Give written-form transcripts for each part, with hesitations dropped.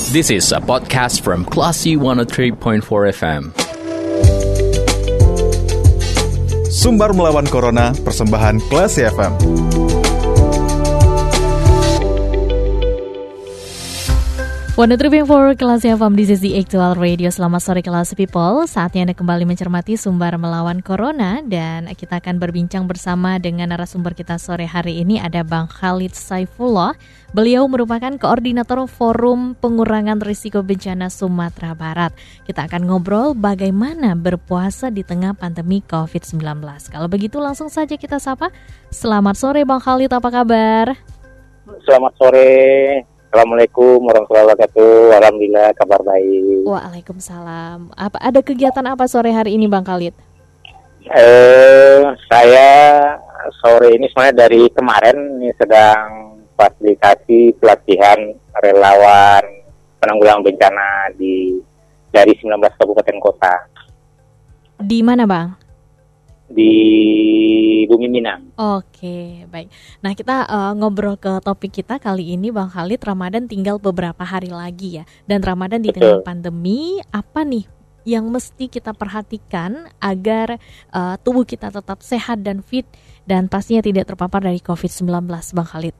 This is a podcast from Classy 103.4 FM. Sumbar melawan Corona, persembahan Classy FM. One Trip for Classy FM, this is the actual radio. Selamat sore Classy People. Saatnya Anda kembali mencermati Sumbar melawan Corona. Dan kita akan berbincang bersama dengan narasumber kita sore hari ini. Ada Bang Khalid Saifullah. Beliau merupakan koordinator Forum Pengurangan Risiko Bencana Sumatera Barat. Kita akan ngobrol bagaimana berpuasa di tengah pandemi COVID-19. Kalau begitu langsung saja kita sapa. Selamat sore Bang Khalid, apa kabar? Selamat sore. Assalamualaikum warahmatullahi wabarakatuh. Alhamdulillah kabar baik. Waalaikumsalam. Ada kegiatan apa sore hari ini Bang Khalid? Saya sore ini sebenarnya dari kemarin ini sedang fasilitasi pelatihan relawan penanggulangan bencana dari 19 kabupaten kota. Di mana Bang? Di Bumi Minang. Oke, baik. Nah, kita ngobrol ke topik kita kali ini Bang Khalid. Ramadan tinggal beberapa hari lagi ya. Dan Ramadan di tengah pandemi, apa nih yang mesti kita perhatikan agar tubuh kita tetap sehat dan fit dan pastinya tidak terpapar dari COVID-19, Bang Khalid?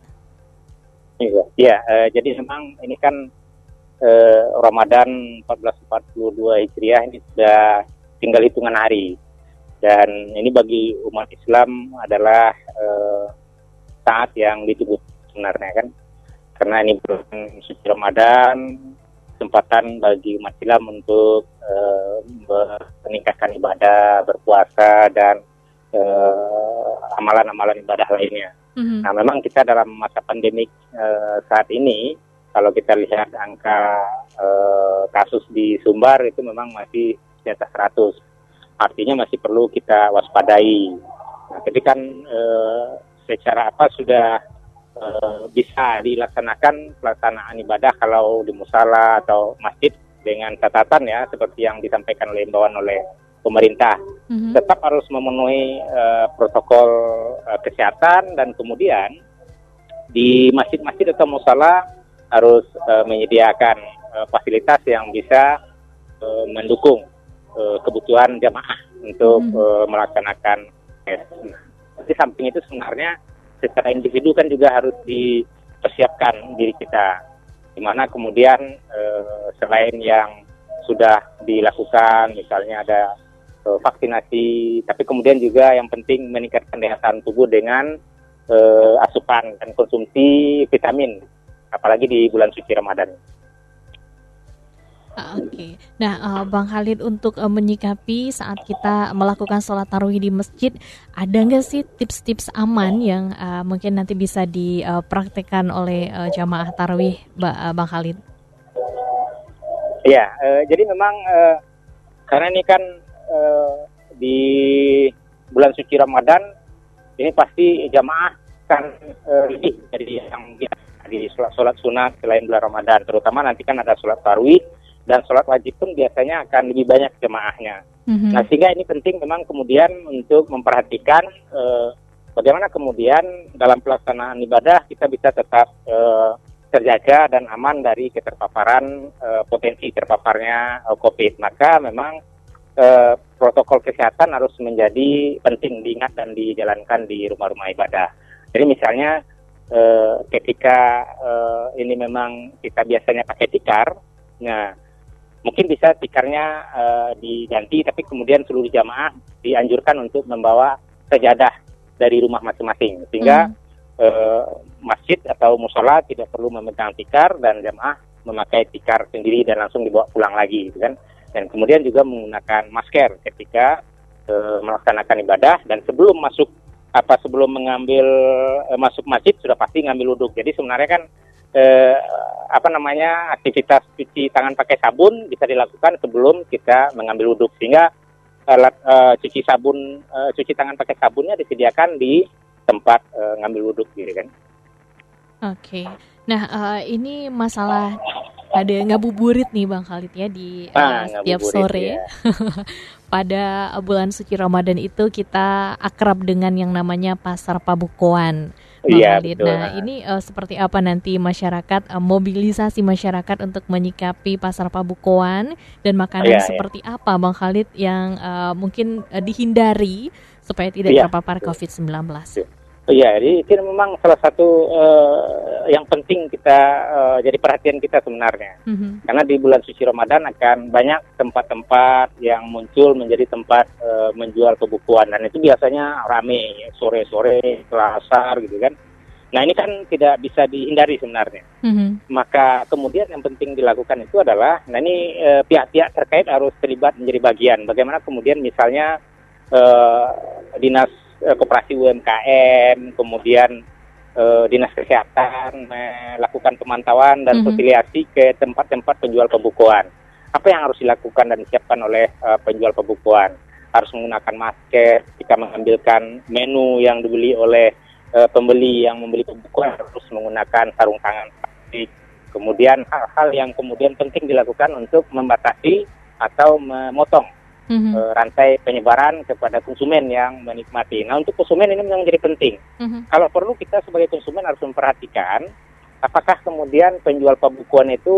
Iya, jadi memang ini kan Ramadan 1442 Hijriah ini sudah tinggal hitungan hari. Dan ini bagi umat Islam adalah saat yang ditunggu sebenarnya kan, karena ini bulan suci Ramadan, kesempatan bagi umat Islam untuk meningkatkan ibadah, berpuasa dan amalan-amalan ibadah lainnya. Mm-hmm. Nah, memang kita dalam masa pandemik saat ini, kalau kita lihat angka kasus di Sumbar itu memang masih di atas 100. Artinya masih perlu kita waspadai. Nah, jadi kan secara apa sudah bisa dilaksanakan pelaksanaan ibadah kalau di musala atau masjid dengan catatan ya seperti yang disampaikan oleh himbauan oleh pemerintah. Mm-hmm. Tetap harus memenuhi protokol kesehatan dan kemudian di masjid-masjid atau musala harus menyediakan fasilitas yang bisa mendukung kebutuhan jamaah untuk melaksanakan tes. Di samping itu sebenarnya secara individu kan juga harus dipersiapkan diri kita, di mana kemudian selain yang sudah dilakukan, misalnya ada vaksinasi, tapi kemudian juga yang penting meningkatkan daya tahan tubuh dengan asupan dan konsumsi vitamin, apalagi di bulan suci Ramadan. Oke. Nah, Bang Khalid, untuk menyikapi saat kita melakukan sholat tarawih di masjid, ada nggak sih tips-tips aman yang mungkin nanti bisa dipraktekkan oleh jamaah tarawih, Bang Khalid? Iya, jadi memang karena ini kan di bulan suci Ramadan, ini pasti jamaah kan lebih dari yang biasa di sholat sunat selain bulan Ramadan, terutama nanti kan ada sholat tarawih. Dan sholat wajib pun biasanya akan lebih banyak jemaahnya. Mm-hmm. Nah, sehingga ini penting memang kemudian untuk memperhatikan bagaimana kemudian dalam pelaksanaan ibadah kita bisa tetap terjaga dan aman dari keterpaparan potensi terpaparnya COVID. Maka memang protokol kesehatan harus menjadi penting diingat dan dijalankan di rumah-rumah ibadah. Jadi misalnya ketika ini memang kita biasanya pakai tikar, nah mungkin bisa tikarnya diganti, tapi kemudian seluruh jamaah dianjurkan untuk membawa sajadah dari rumah masing-masing, sehingga masjid atau musola tidak perlu memegang tikar dan jamaah memakai tikar sendiri dan langsung dibawa pulang lagi, gitu kan. Dan kemudian juga menggunakan masker ketika melaksanakan ibadah, dan sebelum masuk masuk masjid sudah pasti ngambil wudhu. Jadi sebenarnya kan aktivitas cuci tangan pakai sabun bisa dilakukan sebelum kita mengambil wudhu, sehingga alat cuci tangan pakai sabunnya disediakan di tempat ngambil wudhu gitu kan. Oke. Nah, ini masalah ada ngabuburit nih Bang Khalid ya di setiap sore. Ya. Pada bulan suci Ramadan itu kita akrab dengan yang namanya Pasar Pabukoan. Iya, Khalid. betul. Nah, ini seperti apa nanti masyarakat, mobilisasi masyarakat untuk menyikapi pasar Pabukoan dan makanan seperti apa, Bang Khalid, yang mungkin dihindari supaya tidak terpapar COVID-19? Iya, jadi itu memang salah satu yang penting kita jadi perhatian kita sebenarnya. Karena di bulan suci Ramadan akan banyak tempat-tempat yang muncul menjadi tempat menjual kebukuan, dan itu biasanya rame sore-sore, setelah asar gitu kan. Nah, ini kan tidak bisa dihindari sebenarnya. Maka kemudian yang penting dilakukan itu adalah, nah ini pihak-pihak terkait harus terlibat menjadi bagian. Bagaimana kemudian misalnya dinas koperasi UMKM, kemudian dinas kesehatan melakukan pemantauan dan sosialisasi ke tempat-tempat penjual pembukuan. Apa yang harus dilakukan dan disiapkan oleh penjual pembukuan? Harus menggunakan masker ketika mengambilkan menu yang dibeli oleh pembeli yang membeli pembukuan, harus menggunakan sarung tangan plastik. Kemudian hal-hal yang kemudian penting dilakukan untuk membatasi atau memotong rantai penyebaran kepada konsumen yang menikmati. Nah, untuk konsumen ini menjadi penting. Kalau perlu kita sebagai konsumen harus memperhatikan apakah kemudian penjual pembukuan itu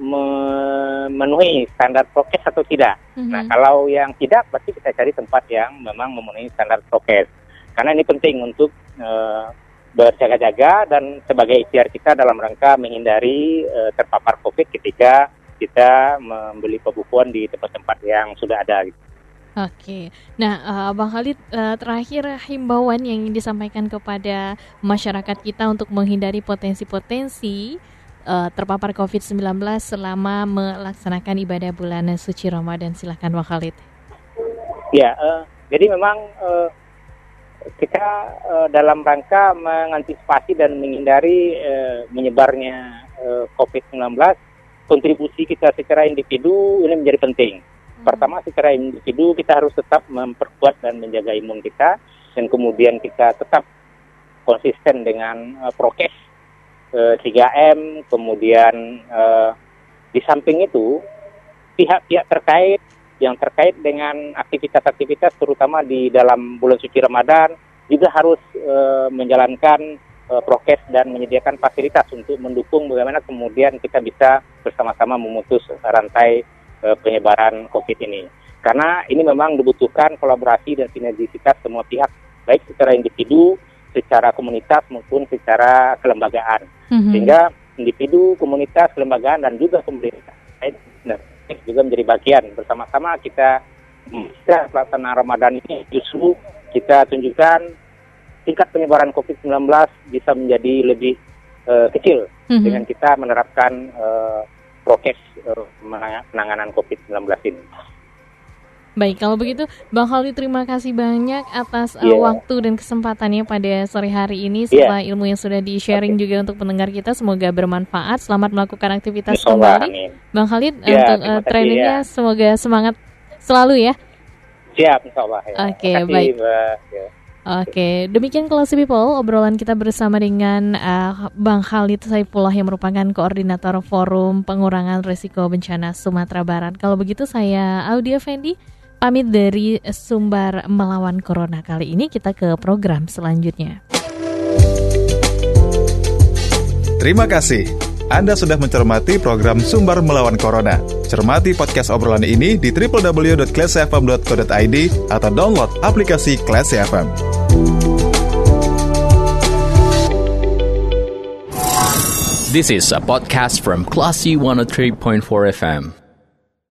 memenuhi standar prokes atau tidak. Nah, kalau yang tidak, berarti kita cari tempat yang memang memenuhi standar prokes. Karena ini penting untuk berjaga-jaga dan sebagai ikhtiar kita dalam rangka menghindari terpapar COVID ketika kita membeli pembukuan di tempat-tempat yang sudah ada. Oke, nah Bang Khalid, terakhir himbauan yang ingin disampaikan kepada masyarakat kita untuk menghindari potensi-potensi terpapar COVID-19 selama melaksanakan ibadah bulan suci Ramadan. Silakan Bang Khalid. Ya, jadi memang kita dalam rangka mengantisipasi dan menghindari menyebarnya COVID-19, kontribusi kita secara individu ini menjadi penting. Pertama, secara individu kita harus tetap memperkuat dan menjaga imun kita, dan kemudian kita tetap konsisten dengan prokes 3M. Kemudian di samping itu pihak-pihak terkait yang terkait dengan aktivitas-aktivitas terutama di dalam bulan suci Ramadan juga harus menjalankan prokes dan menyediakan fasilitas untuk mendukung bagaimana kemudian kita bisa bersama-sama memutus rantai penyebaran COVID ini. Karena ini memang dibutuhkan kolaborasi dan sinergisitas semua pihak, baik secara individu, secara komunitas maupun secara kelembagaan. Sehingga individu, komunitas, kelembagaan dan juga pemerintah juga menjadi bagian. Bersama-sama kita pelaksanaan Ramadan ini justru kita tunjukkan tingkat penyebaran COVID-19 bisa menjadi lebih kecil dengan kita menerapkan prokes penanganan COVID-19 ini. Baik, kalau begitu Bang Khalid, terima kasih banyak atas waktu dan kesempatannya pada sore hari ini, serta ilmu yang sudah di-sharing juga untuk pendengar kita. Semoga bermanfaat. Selamat melakukan aktivitas kembali. Bang Khalid, untuk trainingnya semoga semangat selalu ya. Siap, insya-Allah. Oke, baik. Oke, demikian Kelas People, obrolan kita bersama dengan Bang Khalid Saifullah yang merupakan Koordinator Forum Pengurangan Risiko Bencana Sumatera Barat. Kalau begitu saya Audia Fendi, pamit dari Sumbar Melawan Corona. Kali ini kita ke program selanjutnya. Terima kasih. Anda sudah mencermati program Sumbar Melawan Corona. Cermati podcast obrolan ini di www.classfm.co.id atau download aplikasi Classy FM. This is a podcast from Classy 103.4 FM.